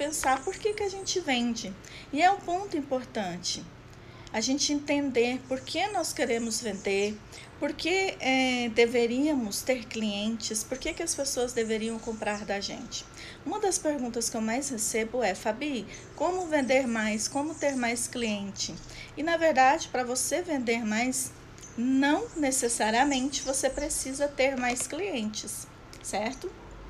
pensar por que a gente vende. E é um ponto importante a gente entender por que nós queremos vender, por que deveríamos ter clientes, por que as pessoas deveriam comprar da gente. Uma das perguntas que eu mais recebo é: Fabi, como vender mais, como ter mais cliente? E na verdade, para você vender mais, não necessariamente você precisa ter mais clientes, certo?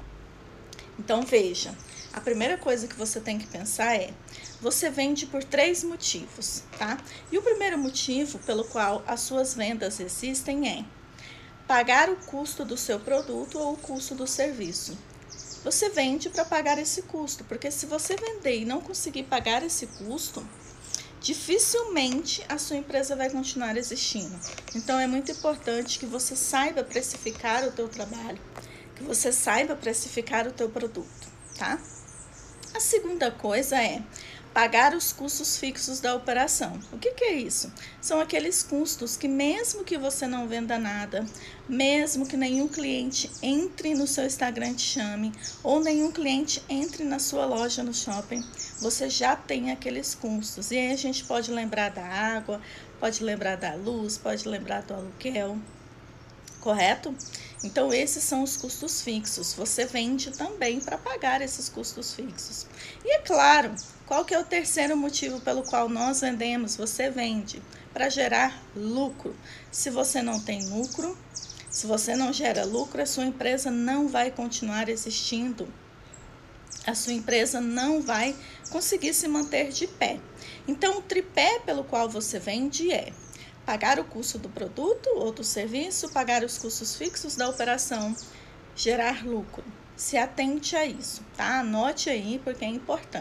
Então veja, a primeira coisa que você tem que pensar é: você vende por 3 motivos, tá? E o primeiro motivo pelo qual as suas vendas existem é pagar o custo do seu produto ou o custo do serviço. Você vende para pagar esse custo, porque se você vender e não conseguir pagar esse custo, dificilmente a sua empresa vai continuar existindo. Então é muito importante que você saiba precificar o teu trabalho, que você saiba precificar o teu produto, tá? A segunda coisa é pagar os custos fixos da operação. O que é isso? São aqueles custos que mesmo que você não venda nada, mesmo que nenhum cliente entre no seu Instagram te chame, ou nenhum cliente entre na sua loja no shopping, você já tem aqueles custos. E aí a gente pode lembrar da água, pode lembrar da luz, pode lembrar do aluguel, correto? Então esses são os custos fixos. Você vende também para pagar esses custos fixos. E é claro, qual que é o terceiro motivo pelo qual nós vendemos? Você vende para gerar lucro. Se você não tem lucro, se você não gera lucro, a sua empresa não vai continuar existindo. A sua empresa não vai conseguir se manter de pé. Então, o tripé pelo qual você vende é pagar o custo do produto ou do serviço, pagar os custos fixos da operação, gerar lucro. Se atente a isso, tá? Anote aí porque é importante.